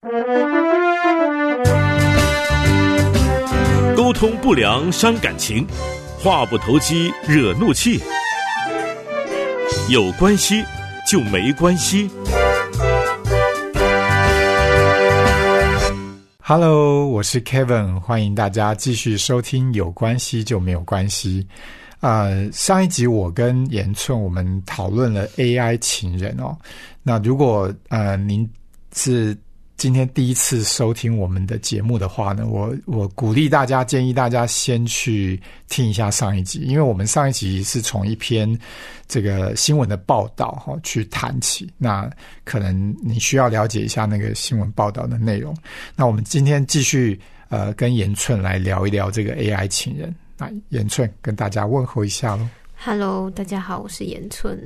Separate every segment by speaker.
Speaker 1: 沟通不良伤感情，话不投机惹怒气。有关系就没关系。
Speaker 2: Hello， 我是 Kevin， 欢迎大家继续收听有关系就没有关系。上一集我跟延寸我们讨论了 AI 情人哦。那如果您是今天第一次收听我们的节目的话呢，我鼓励大家，建议大家先去听一下上一集，因为我们上一集是从一篇这个新闻的报道去谈起，那可能你需要了解一下那个新闻报道的内容。那我们今天继续跟延寸来聊一聊这个 AI 情人。那延寸跟大家问候一下咯。
Speaker 3: Hello， 大家好，我是延寸。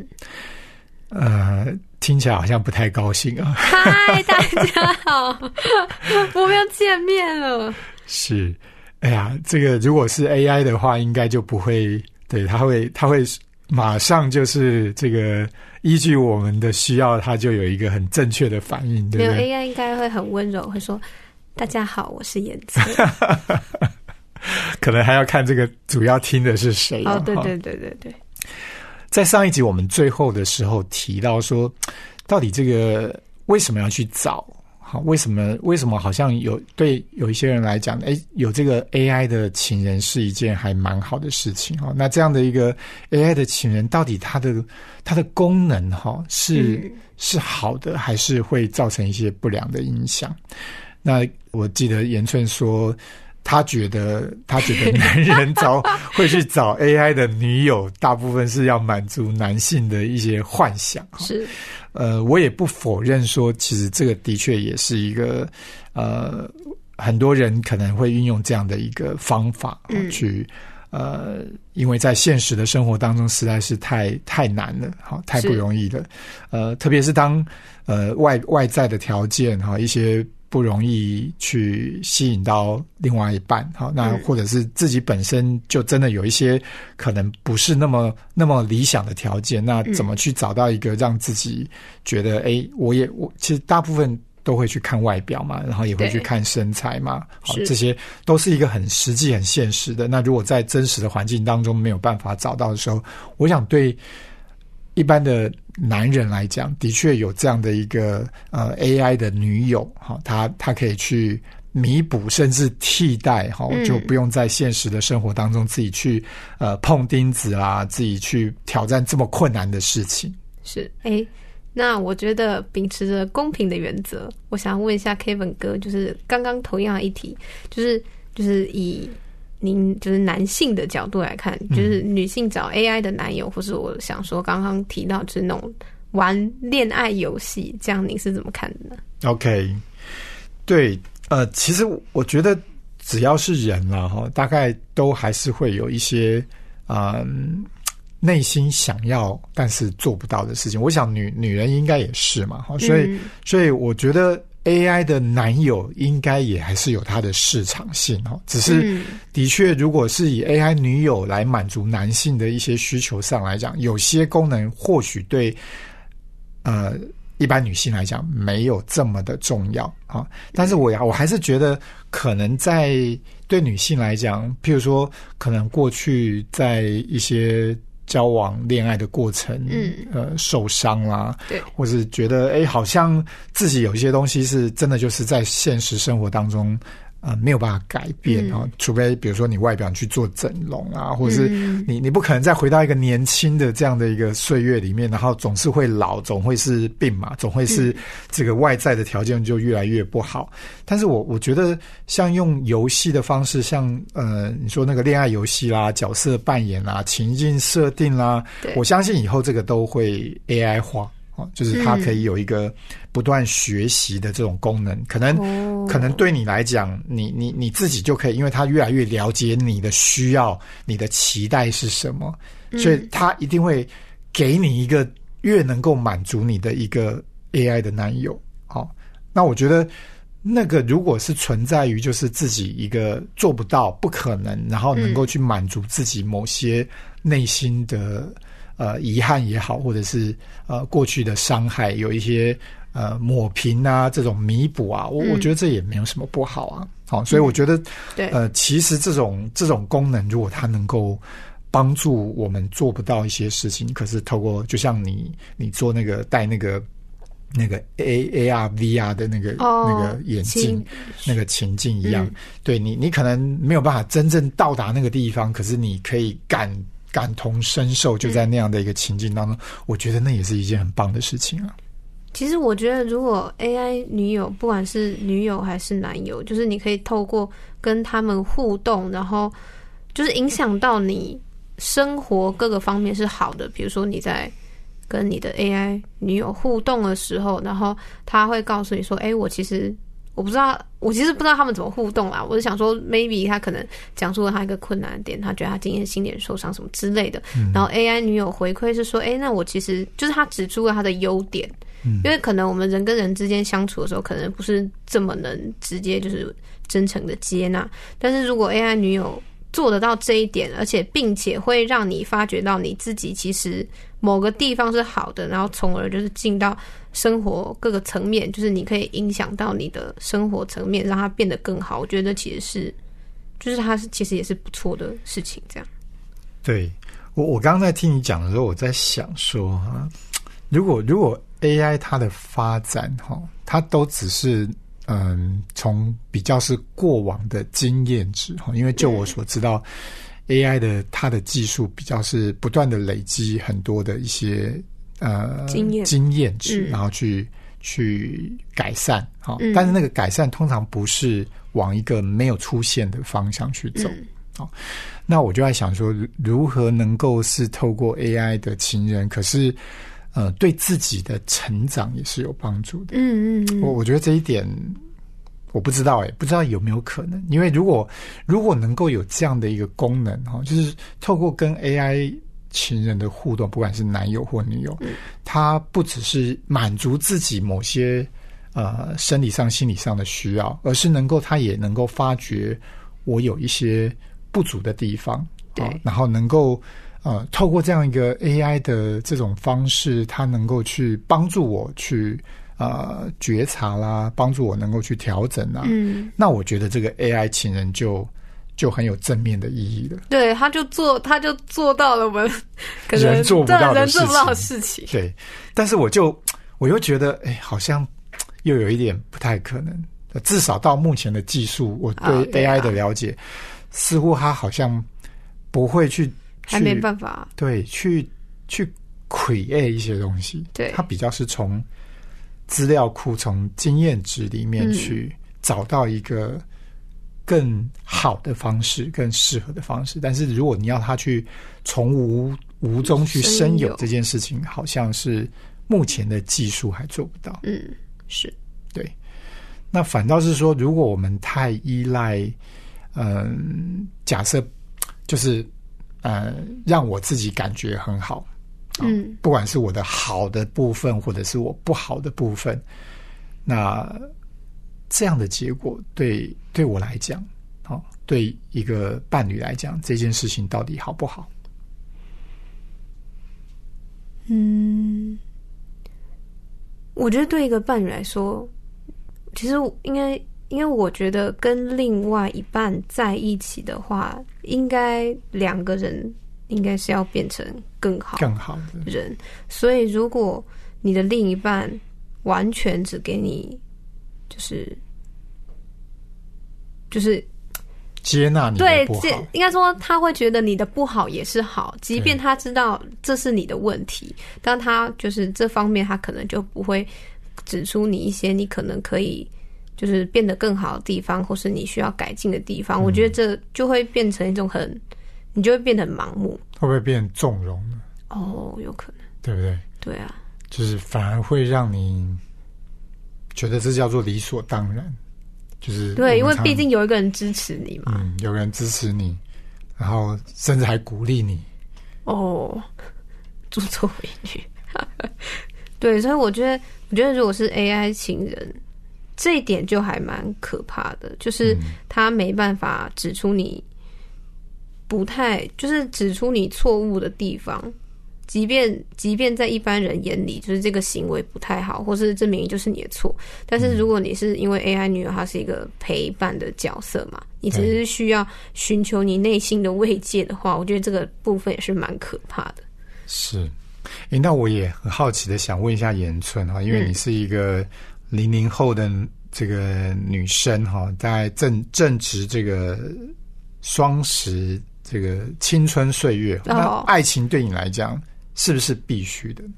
Speaker 2: 听起来好像不太高兴啊。
Speaker 3: 嗨，大家好，我们要见面了。
Speaker 2: 是，哎呀，这个如果是 AI 的话，应该就不会，对，他会马上就是这个依据我们的需要，他就有一个很正确的反应，对不对？
Speaker 3: 没有 AI 应该会很温柔，会说大家好，我是延寸。
Speaker 2: 可能还要看这个主要听的是谁
Speaker 3: 哦，对对对对对。
Speaker 2: 在上一集我们最后的时候提到说，到底这个为什么要去找？好，为什么好像对有一些人来讲，有这个 AI 的情人是一件还蛮好的事情哈。那这样的一个 AI 的情人，到底它的功能哈是好的，还是会造成一些不良的影响？那我记得延寸说，他觉得男人会去找 AI 的女友，大部分是要满足男性的一些幻想。
Speaker 3: 是，
Speaker 2: 我也不否认说，其实这个的确也是一个很多人可能会运用这样的一个方法去因为在现实的生活当中实在是太难了，太不容易了。特别是当外在的条件一些不容易去吸引到另外一半，好，那或者是自己本身就真的有一些可能不是那么理想的条件，那怎么去找到一个让自己觉得我其实大部分都会去看外表嘛，然后也会去看身材嘛，好，这些都是一个很实际很现实的。那如果在真实的环境当中没有办法找到的时候，我想对一般的男人来讲，的确有这样的一个AI 的女友，他可以去弥补甚至替代，就不用在现实的生活当中自己去碰钉子啊，自己去挑战这么困难的事情。是，
Speaker 3: 那我觉得秉持着公平的原则，我想问一下 Kevin 哥，就是刚刚同样的一题，就是以您就是男性的角度来看，就是女性找 AI 的男友，或是我想说刚刚提到就是那种玩恋爱游戏，这样您是怎么看的呢
Speaker 2: ？OK， 对，其实我觉得只要是人啦，大概都还是会有一些内心想要但是做不到的事情。我想女人应该也是嘛，所以我觉得AI 的男友应该也还是有它的市场性，只是的确如果是以 AI 女友来满足男性的一些需求上来讲，有些功能或许对一般女性来讲没有这么的重要，但是我还是觉得可能在对女性来讲，譬如说可能过去在一些交往恋爱的过程受伤啦，对，或是觉得好像自己有一些东西是真的就是在现实生活当中没有办法改变，除非比如说你外表去做整容啊，或者是你不可能再回到一个年轻的这样的一个岁月里面，然后总是会老，总会是病嘛，总会是这个外在的条件就越来越不好。但是我觉得像用游戏的方式，像你说那个恋爱游戏啦、角色扮演啦、情境设定啦，我相信以后这个都会 AI 化，就是它可以有一个不断学习的这种功能，可能对你来讲，你自己就可以，因为它越来越了解你的需要，你的期待是什么，所以它一定会给你一个越能够满足你的一个 AI 的男友。那我觉得那个如果是存在于就是自己一个做不到、不可能，然后能够去满足自己某些内心的遗憾也好，或者是过去的伤害有一些抹平啊，这种弥补啊，我觉得这也没有什么不好啊。好，所以我觉得其实这种功能，如果它能够帮助我们做不到一些事情，可是透过就像你做那个戴那个 AR VR 的那个眼镜那个情境一样，对你可能没有办法真正到达那个地方，可是你可以感同身受，就在那样的一个情境当中，我觉得那也是一件很棒的事情啊。
Speaker 3: 其实我觉得如果 AI 女友不管是女友还是男友，就是你可以透过跟他们互动，然后就是影响到你生活各个方面是好的，比如说你在跟你的 AI 女友互动的时候，然后他会告诉你说我其实不知道他们怎么互动啦，我是想说 maybe 他可能讲述了他一个困难点，他觉得他今天心里受伤什么之类的，然后 AI 女友回馈是说那我其实就是他指出了他的优点，因为可能我们人跟人之间相处的时候可能不是这么能直接就是真诚的接纳，但是如果 AI 女友做得到这一点，而且并且会让你发觉到你自己其实某个地方是好的，然后从而就是进到生活各个层面，就是你可以影响到你的生活层面，让它变得更好。我觉得其实是就是它其实也是不错的事情。这样，对
Speaker 2: 我刚刚在听你讲的时候，我在想说如果 AI 它的发展它都只是从比较是过往的经验值，因为就我所知道AI 的它的技术比较是不断的累积很多的一些经验值，然后去改善但是那个改善通常不是往一个没有出现的方向去走那我就在想说，如何能够是透过 AI 的情人，可是对自己的成长也是有帮助的。我觉得这一点我不知道不知道有没有可能，因为如果能够有这样的一个功能就是透过跟 AI 情人的互动，不管是男友或女友，他不只是满足自己某些生理上心理上的需要，而是他也能够发觉我有一些不足的地方，然后能够透过这样一个 AI 的这种方式，它能够去帮助我去觉察啦，帮助我能够去调整啦。那我觉得这个 AI 情人就很有正面的意义了。对，他就做到了我们可能人做不到的事情。对，但是我又觉得好像又有一点不太可能。至少到目前的技术，我对 AI 的了解，似乎它好像不会还没办法对去 create 一些东西。对，它比较是从资料库、从经验值里面去找到一个更好的方式、更适合的方式。但是如果你要它去从无中去生有这件事情，好像是目前的技术还做不到。是对。那反倒是说，如果我们太依赖假设就是让我自己感觉很好，不管是我的好的部分或者是我不好的部分，那这样的结果对我来讲，对一个伴侣来讲，这件事情到底好不好？
Speaker 3: 我觉得对一个伴侣来说，其实因为我觉得跟另外一半在一起的话，应该两个人应该是要变成更好的人。所以如果你的另一半完全只给你就是
Speaker 2: 接纳你的不好，
Speaker 3: 对，应该说他会觉得你的不好也是好，即便他知道这是你的问题，但他就是这方面他可能就不会指出你一些你可能可以就是变得更好的地方，或是你需要改进的地方。我觉得这就会变成一种你就会变得很盲目。会
Speaker 2: 不会变纵容呢？
Speaker 3: 有可能，
Speaker 2: 对不对？
Speaker 3: 对啊，
Speaker 2: 就是反而会让你觉得这叫做理所当然。就是
Speaker 3: 对，因为毕竟有一个人支持你嘛，
Speaker 2: 有人支持你，然后甚至还鼓励你。
Speaker 3: 助纣为虐。对，所以我觉得如果是 AI 情人，这一点就还蛮可怕的，就是他没办法指出你就是指出你错误的地方， 即便在一般人眼里，就是这个行为不太好，或是这明明就是你的错，但是如果你是因为 AI 女友她是一个陪伴的角色嘛，你只是需要寻求你内心的慰藉的话，我觉得这个部分也是蛮可怕的。是，
Speaker 2: 那我也很好奇的想问一下延春哈，因为你是一个00后的这个女生哈，大概正值这个双十这个青春岁月，那爱情对你来讲是不是必须的？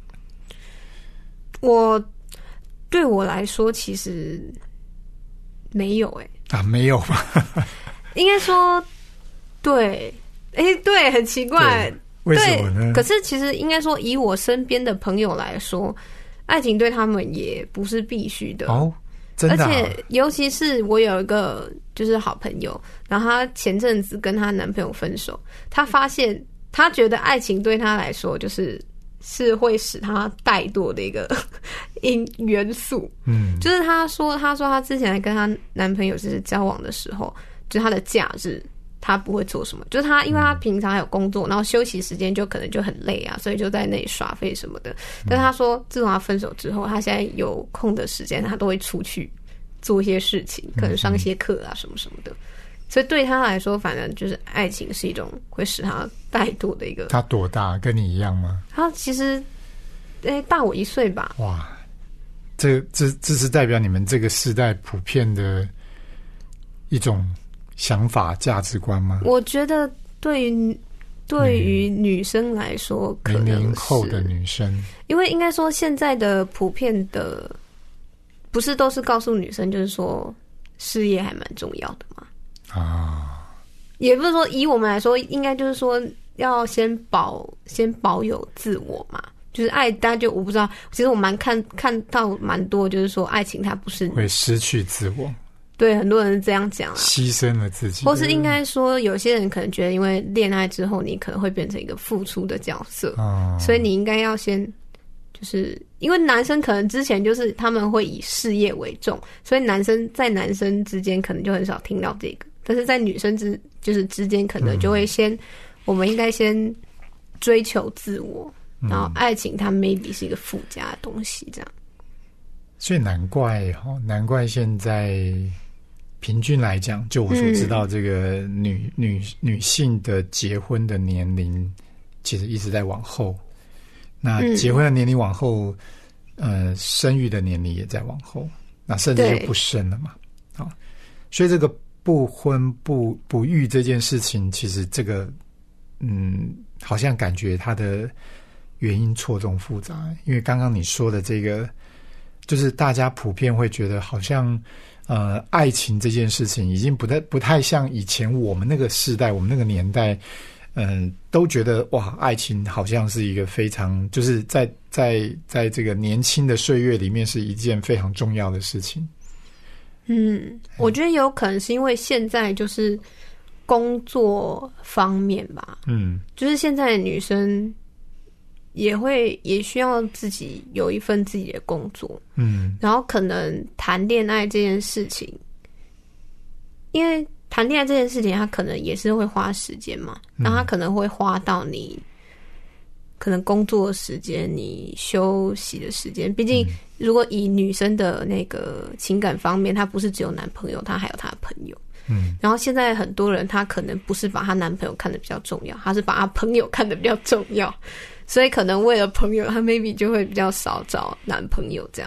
Speaker 3: 对我来说其实没有
Speaker 2: 没有吧？
Speaker 3: 应该说对，对，很奇怪。
Speaker 2: 为什么呢？
Speaker 3: 可是其实应该说，以我身边的朋友来说，爱情对他们也不是必须的
Speaker 2: 哦，真的。而
Speaker 3: 且尤其是我有一个就是好朋友，然后她前阵子跟她男朋友分手，她发现她觉得爱情对她来说是会使她怠惰的一个元素。就是她说她之前跟她男朋友就是交往的时候，就是她的假日。他不会做什么，就是他，因为他平常还有工作，然后休息时间就可能就很累啊，所以就在那里耍废什么的。但他说，自从他分手之后，他现在有空的时间，他都会出去做一些事情，可能上一些课啊什么什么的。所以对他来说，反正就是爱情是一种会使他怠惰的一个。
Speaker 2: 他多大？跟你一样吗？
Speaker 3: 他其实，大我1岁吧。
Speaker 2: 哇，这是代表你们这个世代普遍的一种想法价值观吗？
Speaker 3: 我觉得对于女生来说，可能
Speaker 2: 00后的女生，
Speaker 3: 因为应该说现在的普遍的不是都是告诉女生，就是说事业还蛮重要的嘛。也不是说以我们来说，应该就是说要先保有自我嘛。就是爱，大家就我不知道，其实我看到蛮多，就是说爱情它不是
Speaker 2: 会失去自我。
Speaker 3: 对，很多人是这样讲啊，
Speaker 2: 牺牲了自己，
Speaker 3: 或是应该说，有些人可能觉得，因为恋爱之后，你可能会变成一个付出的角色，所以你应该要先，就是因为男生可能之前就是他们会以事业为重，所以男生之间可能就很少听到这个，但是在女生之间可能就会先，我们应该先追求自我，然后爱情它 maybe 是一个附加的东西，这样。
Speaker 2: 所以难怪现在。平均来讲，就我所知道，这个女性的结婚的年龄其实一直在往后。那结婚的年龄往后，生育的年龄也在往后，那甚至就不生了嘛。所以这个不婚不育这件事情，其实这个好像感觉它的原因错综复杂。因为刚刚你说的这个，就是大家普遍会觉得好像。爱情这件事情已经不太像以前我们那个世代，我们那个年代，都觉得哇，爱情好像是一个非常，就是在这个年轻的岁月里面是一件非常重要的事情。
Speaker 3: 我觉得有可能是因为现在就是工作方面吧，就是现在的女生。也需要自己有一份自己的工作，然后可能谈恋爱这件事情，因为谈恋爱这件事情，它可能也是会花时间嘛，然后它可能会花到你可能工作的时间，你休息的时间。毕竟，如果以女生的那个情感方面，她不是只有男朋友，她还有她的朋友。然后现在很多人，她可能不是把她男朋友看得比较重要，她是把她朋友看得比较重要。所以可能为了朋友，他 maybe 就会比较少找男朋友这样。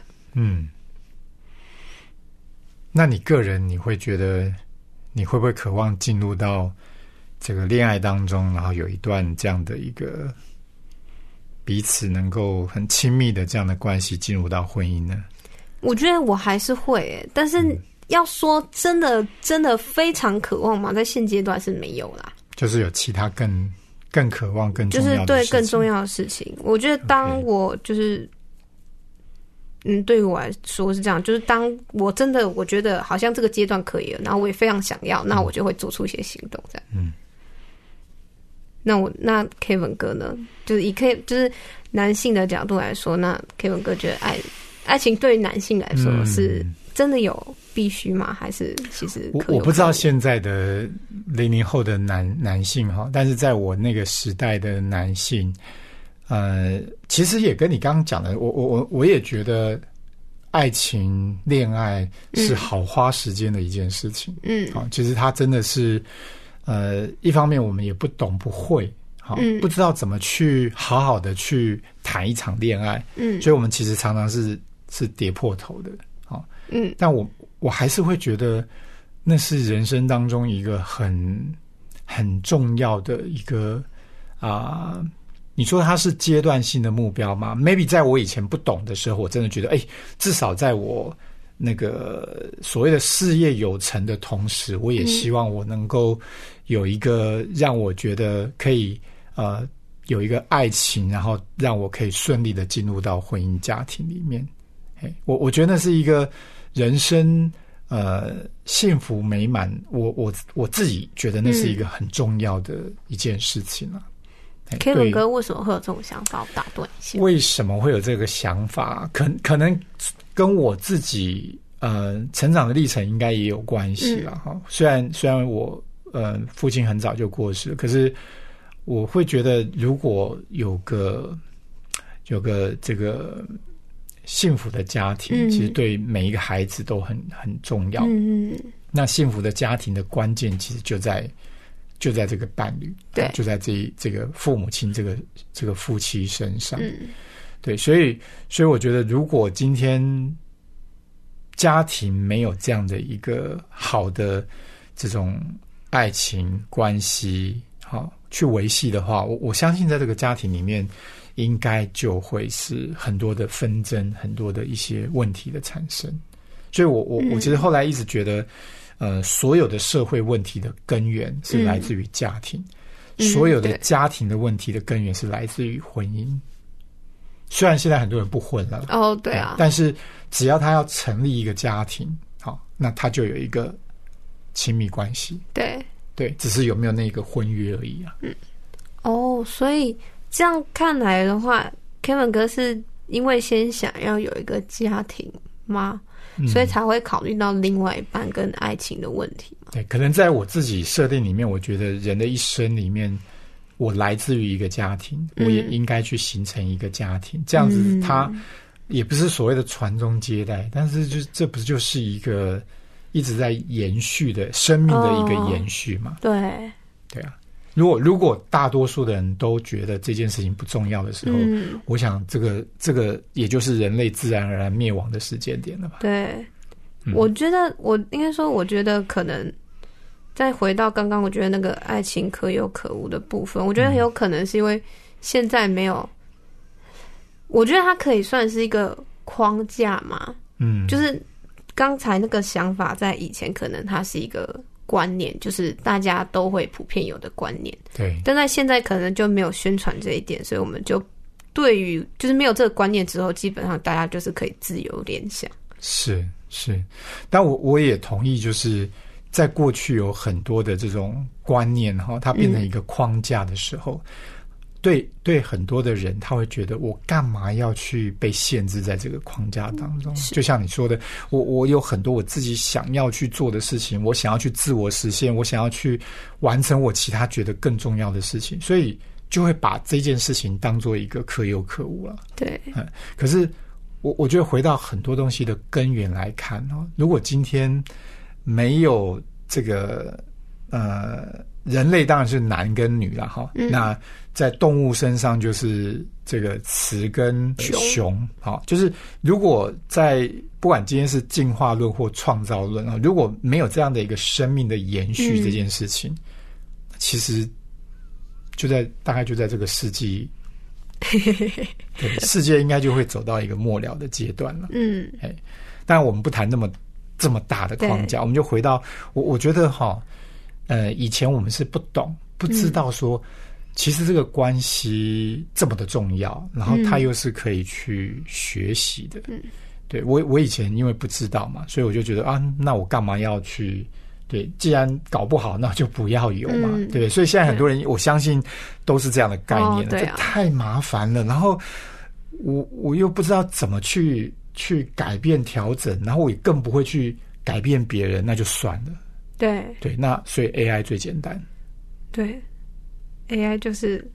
Speaker 2: 那你个人你会觉得你会不会渴望进入到这个恋爱当中，然后有一段这样的一个彼此能够很亲密的这样的关系进入到婚姻呢？
Speaker 3: 我觉得我还是会但是要说真的非常渴望嘛，在现阶段是没有啦。
Speaker 2: 就是有其他更渴望更重要的事情，
Speaker 3: 就是对更重要的事情。我觉得当我就是对于我来说是这样，就是当我真的我觉得好像这个阶段可以了，然后我也非常想要，那我就会做出一些行动这样。那 Kevin 哥呢，就是就是男性的角度来说，那 Kevin 哥觉得爱情对于男性来说是真的有必须吗？还是其实
Speaker 2: 我不知道现在的00后的男性哈，但是在我那个时代的男性， 其实也跟你刚刚讲的，我也觉得爱情恋爱是好花时间的一件事情。其实它真的是一方面我们也不懂不会，不知道怎么去好好的去谈一场恋爱，所以我们其实常常是跌破头的，但我还是会觉得那是人生当中一个很重要的一个你说它是阶段性的目标吗？ Maybe 在我以前不懂的时候，我真的觉得至少在我那个所谓的事业有成的同时，我也希望我能够有一个让我觉得可以有一个爱情，然后让我可以顺利的进入到婚姻家庭里面。我觉得那是一个人生幸福美满，我自己觉得那是一个很重要的一件事情啊。
Speaker 3: Kevin 哥为什么会有这种想法？我打断一下。
Speaker 2: 为什么会有这个想法？可能跟我自己成长的历程应该也有关系啦。虽然我父亲很早就过世了，可是我会觉得如果有个这个幸福的家庭，其实对每一个孩子都很重要。那幸福的家庭的关键其实就在这个伴侣，对，就在这个父母亲这个夫妻身上。对，所以我觉得如果今天家庭没有这样的一个好的这种爱情关系去维系的话，我相信在这个家庭里面应该就会是很多的纷争，很多的一些问题的产生。所以我其实后来一直觉得所有的社会问题的根源是来自于家庭，所有的家庭的问题的根源是来自于婚姻。虽然现在很多人不婚了，
Speaker 3: 对啊，
Speaker 2: 但是只要他要成立一个家庭，那他就有一个亲密关系。对，只是有没有那个婚约而已啊。
Speaker 3: 所以这样看来的话 ，Kevin 哥是因为先想要有一个家庭吗？所以才会考虑到另外一半跟爱情的问题吗？
Speaker 2: 对，可能在我自己设定里面，我觉得人的一生里面，我来自于一个家庭，我也应该去形成一个家庭。这样子，它也不是所谓的传宗接代，但是这不就是一个一直在延续的生命的一个延续嘛？
Speaker 3: 对
Speaker 2: 啊。如果大多数的人都觉得这件事情不重要的时候，我想这个也就是人类自然而然灭亡的时间点了吧？
Speaker 3: 对，我觉得我觉得可能再回到刚刚，我觉得那个爱情可有可无的部分，我觉得很有可能是因为现在没有，我觉得它可以算是一个框架嘛，就是刚才那个想法在以前可能它是一个观念，就是大家都会普遍有的观念，
Speaker 2: 对。
Speaker 3: 但在现在可能就没有宣传这一点，所以我们就对于就是没有这个观念之后，基本上大家就是可以自由联想。是，
Speaker 2: 但我也同意，就是在过去有很多的这种观念它变成一个框架的时候，对很多的人他会觉得我干嘛要去被限制在这个框架当中？就像你说的，我有很多我自己想要去做的事情，我想要去自我实现，我想要去完成我其他觉得更重要的事情，所以就会把这件事情当做一个可有可无了。对，可是我觉得回到很多东西的根源来看如果今天没有这个人类当然是男跟女啦那在动物身上就是这个雌跟雄就是如果在不管今天是进化论或创造论如果没有这样的一个生命的延续这件事情，其实大概就在这个世纪对，世界应该就会走到一个末了的阶段了。当然我们不谈这么大的框架，我们就回到我觉得以前我们是不懂不知道说其实这个关系这么的重要，然后它又是可以去学习的。对，我以前因为不知道嘛，所以我就觉得那我干嘛要去，对，既然搞不好那就不要有嘛，对不对？所以现在很多人我相信都是这样的概念这太麻烦了，然后我又不知道怎么去改变调整，然后我也更不会去改变别人，那就算了。对，那所以 AI 最简单。
Speaker 3: 对，AI 就是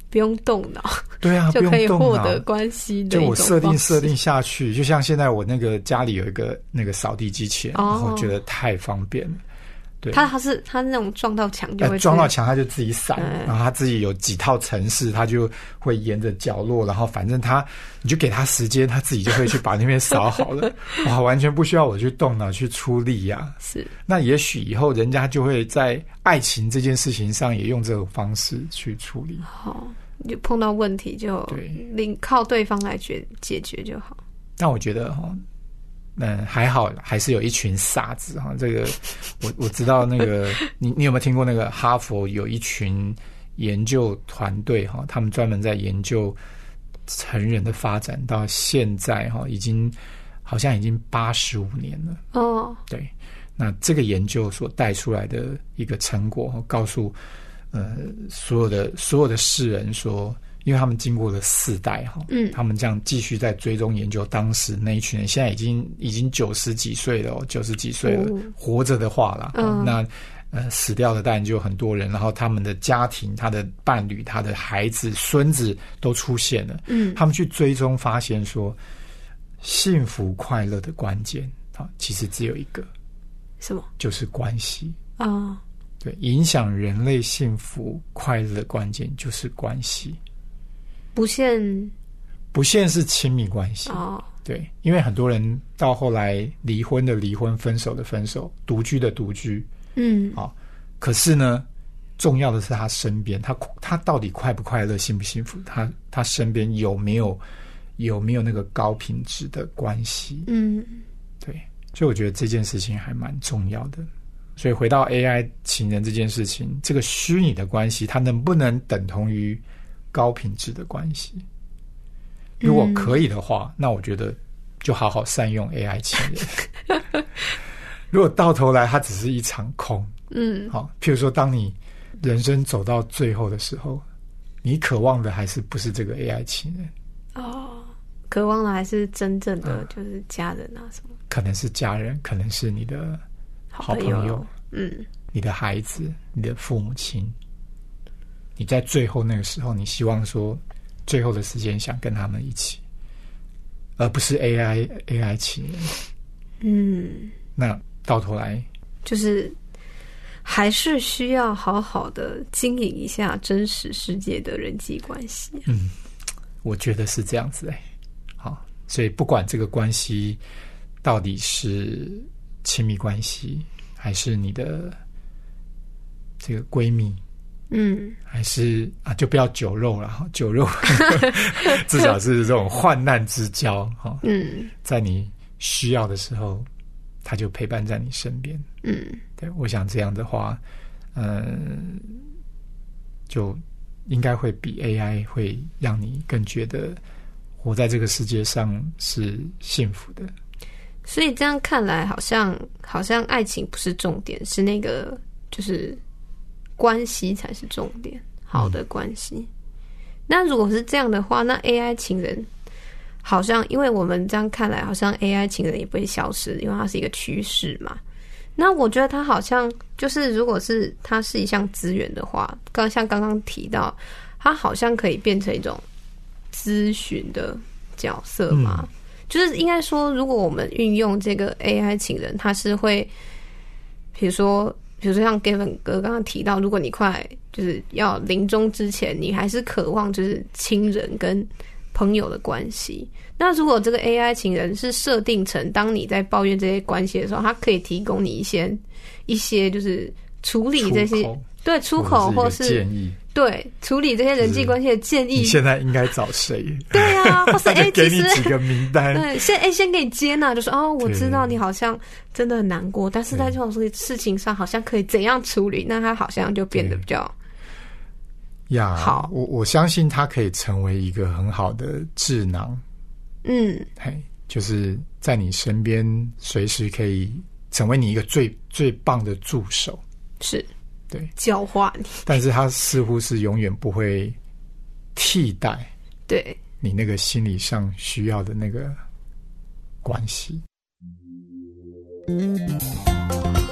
Speaker 3: 不用动脑，
Speaker 2: 对啊，
Speaker 3: 就可以
Speaker 2: 不用动脑
Speaker 3: 获得关系的
Speaker 2: 就我
Speaker 3: 一种方式
Speaker 2: 设定下去，就像现在我那个家里有一个那个扫地机器人，然后觉得太方便了。对，
Speaker 3: 他那种撞到墙就会
Speaker 2: 撞到墙，他就自己闪，然后他自己有几套程式，他就会沿着角落，然后反正你就给他时间，他自己就会去把那边扫好了。哇，完全不需要我去动脑去出力呀。
Speaker 3: 是，
Speaker 2: 那也许以后人家就会在爱情这件事情上也用这种方式去处理。
Speaker 3: 好，就碰到问题就靠对方来解决就好。
Speaker 2: 但我觉得还好，还是有一群傻子哈。这个我知道那个你有没有听过那个哈佛有一群研究团队哈，他们专门在研究成人的发展，到现在哈好像已经85年了哦。对，那这个研究所带出来的一个成果，告诉所有的世人说。因为他们经过了4代哈，他们这样继续在追踪研究当时那一群人，现在已经90几岁了，90几岁了，活着的话啦，那死掉的当然就很多人，然后他们的家庭、他的伴侣、他的孩子、孙子都出现了，他们去追踪发现说，幸福快乐的关键其实只有一个，
Speaker 3: 什么？
Speaker 2: 就是关系啊。对，影响人类幸福快乐的关键就是关系。不限是亲密关系哦，对，因为很多人到后来离婚的离婚，分手的分手，独居的独居，可是呢，重要的是他身边，他到底快不快乐，幸不幸福？他身边有没有那个高品质的关系？对，所以我觉得这件事情还蛮重要的。所以回到 AI 情人这件事情，这个虚拟的关系，它能不能等同于高品质的关系？如果可以的话，那我觉得就好好善用 AI 情人。如果到头来它只是一场空，好，譬如说当你人生走到最后的时候，你渴望的还是不是这个 AI 情人？
Speaker 3: 哦，渴望的还是真正的就是家人啊什么？
Speaker 2: 可能是家人，可能是你的好朋友，你的孩子，你的父母亲。你在最后那个时候，你希望说最后的时间想跟他们一起，而不是 AI 情人。那到头来
Speaker 3: 就是还是需要好好的经营一下真实世界的人际关系。
Speaker 2: 我觉得是这样子好，所以不管这个关系到底是亲密关系，还是你的这个闺蜜。还是就不要酒肉了，酒肉至少是这种患难之交哈。在你需要的时候，他就陪伴在你身边。对，我想这样的话，就应该会比 AI 会让你更觉得活在这个世界上是幸福的。
Speaker 3: 所以这样看来，好像爱情不是重点，是那个就是关系才是重点，好的关系。那如果是这样的话，那 AI 情人好像，因为我们这样看来，好像 AI 情人也不会消失，因为它是一个趋势嘛。那我觉得它好像就是，如果是它是一项资源的话，像刚刚提到，它好像可以变成一种咨询的角色嘛。就是应该说，如果我们运用这个 AI 情人，它是会，比如说像 Gavin 哥刚刚提到，如果你快就是要临终之前，你还是渴望就是亲人跟朋友的关系。那如果这个 AI 情人是设定成，当你在抱怨这些关系的时候，它可以提供你一些就是处理这些出口或是
Speaker 2: 建议，
Speaker 3: 对处理这些人际关系的建议。
Speaker 2: 你现在应该找谁？
Speaker 3: 对啊，或是
Speaker 2: 给你几个名单。
Speaker 3: 对，先给你接纳，就说我知道你好像真的很难过，但是在这种事情上好像可以怎样处理，那他好像就变得比较好。
Speaker 2: 我相信他可以成为一个很好的智囊。就是在你身边，随时可以成为你一个最棒的助手。
Speaker 3: 是。
Speaker 2: 对，
Speaker 3: 教化你，
Speaker 2: 但是他似乎是永远不会替代
Speaker 3: 对
Speaker 2: 你那个心理上需要的那个关系。